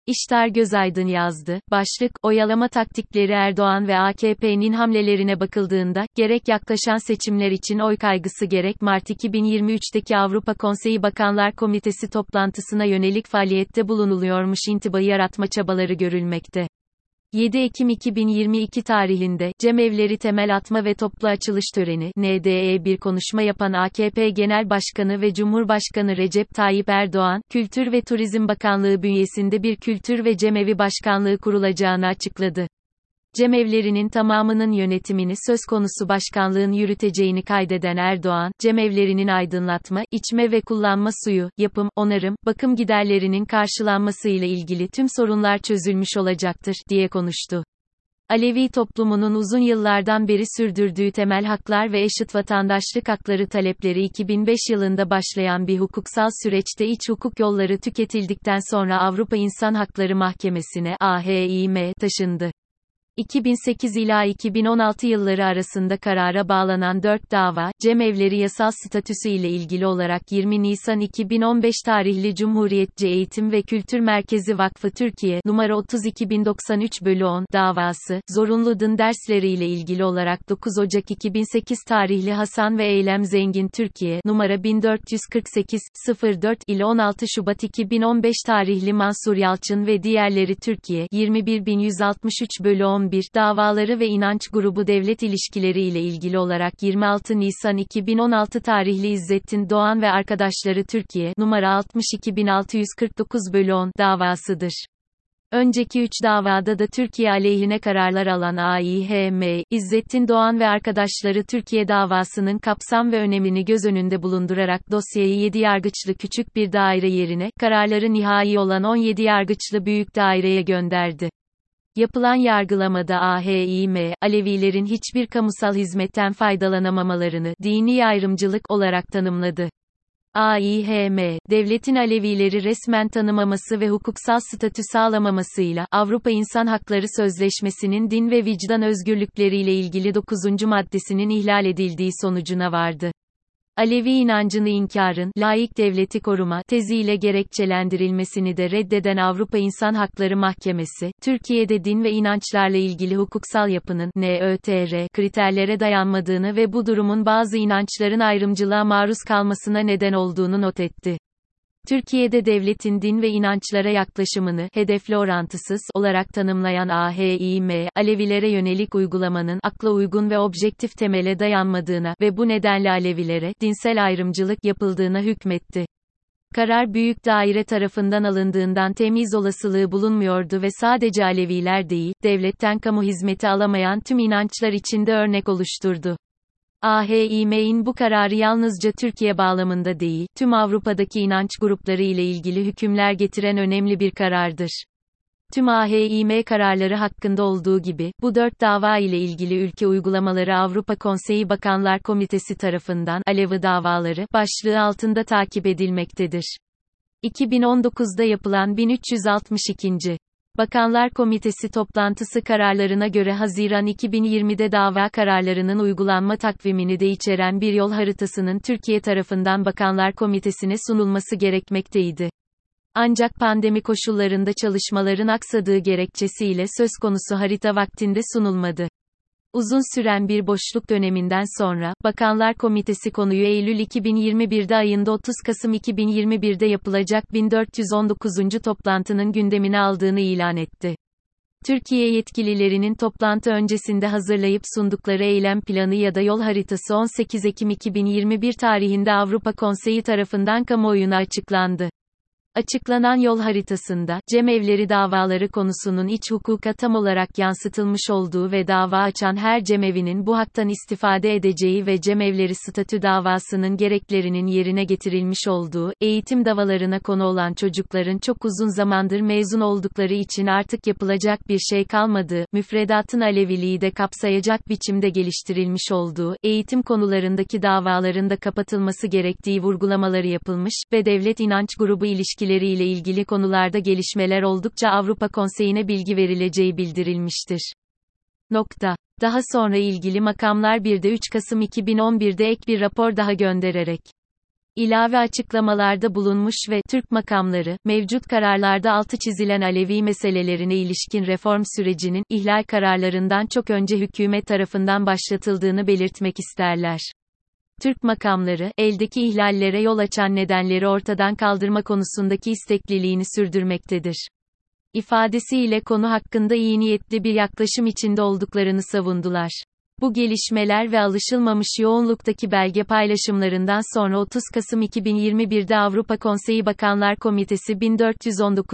İştar Gözaydın yazdı. Başlık, oyalama taktikleri Erdoğan ve AKP'nin hamlelerine bakıldığında, gerek yaklaşan seçimler için oy kaygısı gerek Mart 2023'teki Avrupa Konseyi Bakanlar Komitesi toplantısına yönelik faaliyette bulunuluyormuş intibayı yaratma çabaları görülmekte. 7 Ekim 2022 tarihinde, cemevleri temel atma ve toplu açılış töreni, NDE bir konuşma yapan AKP Genel Başkanı ve Cumhurbaşkanı Recep Tayyip Erdoğan, Kültür ve Turizm Bakanlığı bünyesinde bir Kültür ve Cemevi Başkanlığı kurulacağını açıkladı. Cemevlerinin tamamının yönetimini söz konusu başkanlığın yürüteceğini kaydeden Erdoğan, cemevlerinin aydınlatma, içme ve kullanma suyu, yapım, onarım, bakım giderlerinin karşılanmasıyla ilgili tüm sorunlar çözülmüş olacaktır, diye konuştu. Alevi toplumunun uzun yıllardan beri sürdürdüğü temel haklar ve eşit vatandaşlık hakları talepleri 2005 yılında başlayan bir hukuksal süreçte iç hukuk yolları tüketildikten sonra Avrupa İnsan Hakları Mahkemesi'ne (AHİM) taşındı. 2008 ila 2016 yılları arasında karara bağlanan 4 dava, cemevleri yasal statüsü ile ilgili olarak 20 Nisan 2015 tarihli Cumhuriyetçi Eğitim ve Kültür Merkezi Vakfı Türkiye, numara 32.093/10 davası, zorunlu din dersleri ile ilgili olarak 9 Ocak 2008 tarihli Hasan ve Eylem Zengin Türkiye, numara 1448/04 ile 16 Şubat 2015 tarihli Mansur Yalçın ve diğerleri Türkiye, 21.163/11 davaları ve inanç grubu devlet ilişkileri ile ilgili olarak 26 Nisan 2016 tarihli İzzettin Doğan ve arkadaşları Türkiye, numara 62.649/10 davasıdır. Önceki 3 davada da Türkiye aleyhine kararlar alan AİHM, İzzettin Doğan ve arkadaşları Türkiye davasının kapsam ve önemini göz önünde bulundurarak dosyayı 7 yargıçlı küçük bir daire yerine, kararları nihai olan 17 yargıçlı büyük daireye gönderdi. Yapılan yargılamada AHİM, Alevilerin hiçbir kamusal hizmetten faydalanamamalarını dini ayrımcılık olarak tanımladı. AİHM, devletin Alevileri resmen tanımaması ve hukuksal statü sağlamamasıyla, Avrupa İnsan Hakları Sözleşmesi'nin din ve vicdan özgürlükleriyle ilgili 9. maddesinin ihlal edildiği sonucuna vardı. Alevi inancını inkarın, laik devleti koruma, teziyle gerekçelendirilmesini de reddeden Avrupa İnsan Hakları Mahkemesi, Türkiye'de din ve inançlarla ilgili hukuksal yapının, NÖTR, kriterlere dayanmadığını ve bu durumun bazı inançların ayrımcılığa maruz kalmasına neden olduğunu not etti. Türkiye'de devletin din ve inançlara yaklaşımını, hedefli orantısız, olarak tanımlayan AHİM, Alevilere yönelik uygulamanın, akla uygun ve objektif temele dayanmadığına ve bu nedenle Alevilere, dinsel ayrımcılık yapıldığına hükmetti. Karar büyük daire tarafından alındığından temyiz olasılığı bulunmuyordu ve sadece Aleviler değil, devletten kamu hizmeti alamayan tüm inançlar için de örnek oluşturdu. AHİM'in bu kararı yalnızca Türkiye bağlamında değil, tüm Avrupa'daki inanç grupları ile ilgili hükümler getiren önemli bir karardır. Tüm AHİM kararları hakkında olduğu gibi, bu 4 dava ile ilgili ülke uygulamaları Avrupa Konseyi Bakanlar Komitesi tarafından, Alevi davaları, başlığı altında takip edilmektedir. 2019'da yapılan 1362. Bakanlar Komitesi toplantısı kararlarına göre Haziran 2020'de dava kararlarının uygulanma takvimini de içeren bir yol haritasının Türkiye tarafından Bakanlar Komitesi'ne sunulması gerekmekteydi. Ancak pandemi koşullarında çalışmaların aksadığı gerekçesiyle söz konusu harita vaktinde sunulmadı. Uzun süren bir boşluk döneminden sonra, Bakanlar Komitesi konuyu Eylül 2021'de ayında 30 Kasım 2021'de yapılacak 1419. toplantının gündemine aldığını ilan etti. Türkiye yetkililerinin toplantı öncesinde hazırlayıp sundukları eylem planı ya da yol haritası 18 Ekim 2021 tarihinde Avrupa Konseyi tarafından kamuoyuna açıklandı. Açıklanan yol haritasında, cemevleri davaları konusunun iç hukuka tam olarak yansıtılmış olduğu ve dava açan her cemevinin bu haktan istifade edeceği ve cemevleri statü davasının gereklerinin yerine getirilmiş olduğu, eğitim davalarına konu olan çocukların çok uzun zamandır mezun oldukları için artık yapılacak bir şey kalmadığı, müfredatın Aleviliği de kapsayacak biçimde geliştirilmiş olduğu, eğitim konularındaki davaların da kapatılması gerektiği vurgulamaları yapılmış ve devlet inanç grubu ilişkileriyle ilgili konularda gelişmeler oldukça Avrupa Konseyi'ne bilgi verileceği bildirilmiştir. Daha sonra ilgili makamlar bir de 3 Kasım 2011'de ek bir rapor daha göndererek ilave açıklamalarda bulunmuş ve Türk makamları, mevcut kararlarda altı çizilen Alevi meselelerine ilişkin reform sürecinin, ihlal kararlarından çok önce hükümet tarafından başlatıldığını belirtmek isterler. Türk makamları, eldeki ihlallere yol açan nedenleri ortadan kaldırma konusundaki istekliliğini sürdürmektedir. İfadesiyle konu hakkında iyi niyetli bir yaklaşım içinde olduklarını savundular. Bu gelişmeler ve alışılmamış yoğunluktaki belge paylaşımlarından sonra 30 Kasım 2021'de Avrupa Konseyi Bakanlar Komitesi 1419.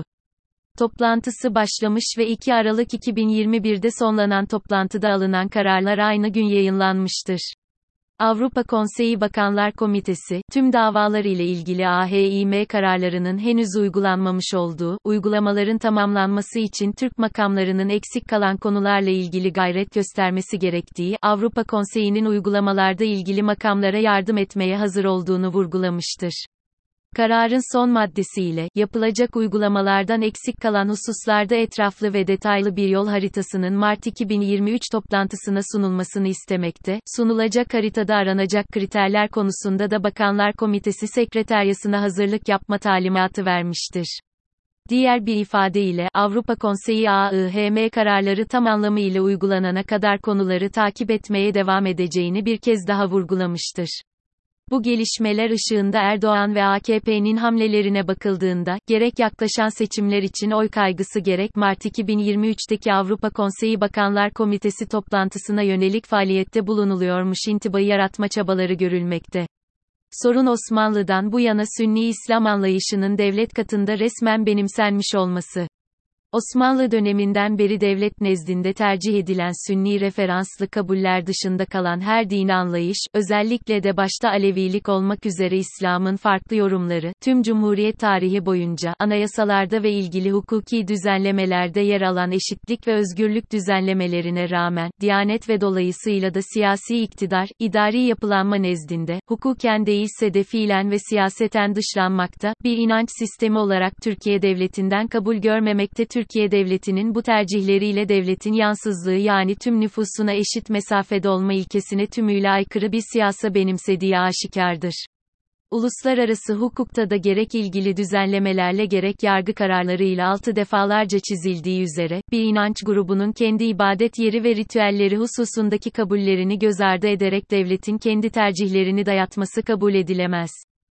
toplantısı başlamış ve 2 Aralık 2021'de sonlanan toplantıda alınan kararlar aynı gün yayınlanmıştır. Avrupa Konseyi Bakanlar Komitesi, tüm davalar ile ilgili AHİM kararlarının henüz uygulanmamış olduğu, uygulamaların tamamlanması için Türk makamlarının eksik kalan konularla ilgili gayret göstermesi gerektiği, Avrupa Konseyi'nin uygulamalarda ilgili makamlara yardım etmeye hazır olduğunu vurgulamıştır. Kararın son maddesiyle, yapılacak uygulamalardan eksik kalan hususlarda etraflı ve detaylı bir yol haritasının Mart 2023 toplantısına sunulmasını istemekte, sunulacak haritada aranacak kriterler konusunda da Bakanlar Komitesi Sekreteryasına hazırlık yapma talimatı vermiştir. Diğer bir ifadeyle, Avrupa Konseyi AİHM kararları tam anlamıyla uygulanana kadar konuları takip etmeye devam edeceğini bir kez daha vurgulamıştır. Bu gelişmeler ışığında Erdoğan ve AKP'nin hamlelerine bakıldığında, gerek yaklaşan seçimler için oy kaygısı gerek Mart 2023'teki Avrupa Konseyi Bakanlar Komitesi toplantısına yönelik faaliyette bulunuluyormuş intibayı yaratma çabaları görülmekte. Sorun Osmanlı'dan bu yana Sünni İslam anlayışının devlet katında resmen benimsenmiş olması. Osmanlı döneminden beri devlet nezdinde tercih edilen Sünni referanslı kabuller dışında kalan her dini anlayış, özellikle de başta Alevilik olmak üzere İslam'ın farklı yorumları, tüm Cumhuriyet tarihi boyunca, anayasalarda ve ilgili hukuki düzenlemelerde yer alan eşitlik ve özgürlük düzenlemelerine rağmen, Diyanet ve dolayısıyla da siyasi iktidar, idari yapılanma nezdinde, hukuken değilse de fiilen ve siyaseten dışlanmakta, bir inanç sistemi olarak Türkiye Devleti'nden kabul görmemekte. Türkiye Devleti'nin bu tercihleriyle devletin yansızlığı yani tüm nüfusuna eşit mesafede olma ilkesine tümüyle aykırı bir siyasa benimsediği aşikardır. Uluslararası hukukta da gerek ilgili düzenlemelerle gerek yargı kararlarıyla altı defalarca çizildiği üzere, bir inanç grubunun kendi ibadet yeri ve ritüelleri hususundaki kabullerini göz ardı ederek devletin kendi tercihlerini dayatması kabul edilemez.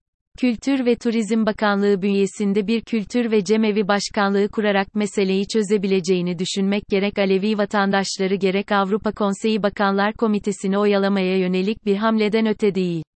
Kültür ve Turizm Bakanlığı bünyesinde bir Kültür ve Cemevi Başkanlığı kurarak meseleyi çözebileceğini düşünmek gerek Alevi vatandaşları gerek Avrupa Konseyi Bakanlar Komitesi'ni oyalamaya yönelik bir hamleden öte değil.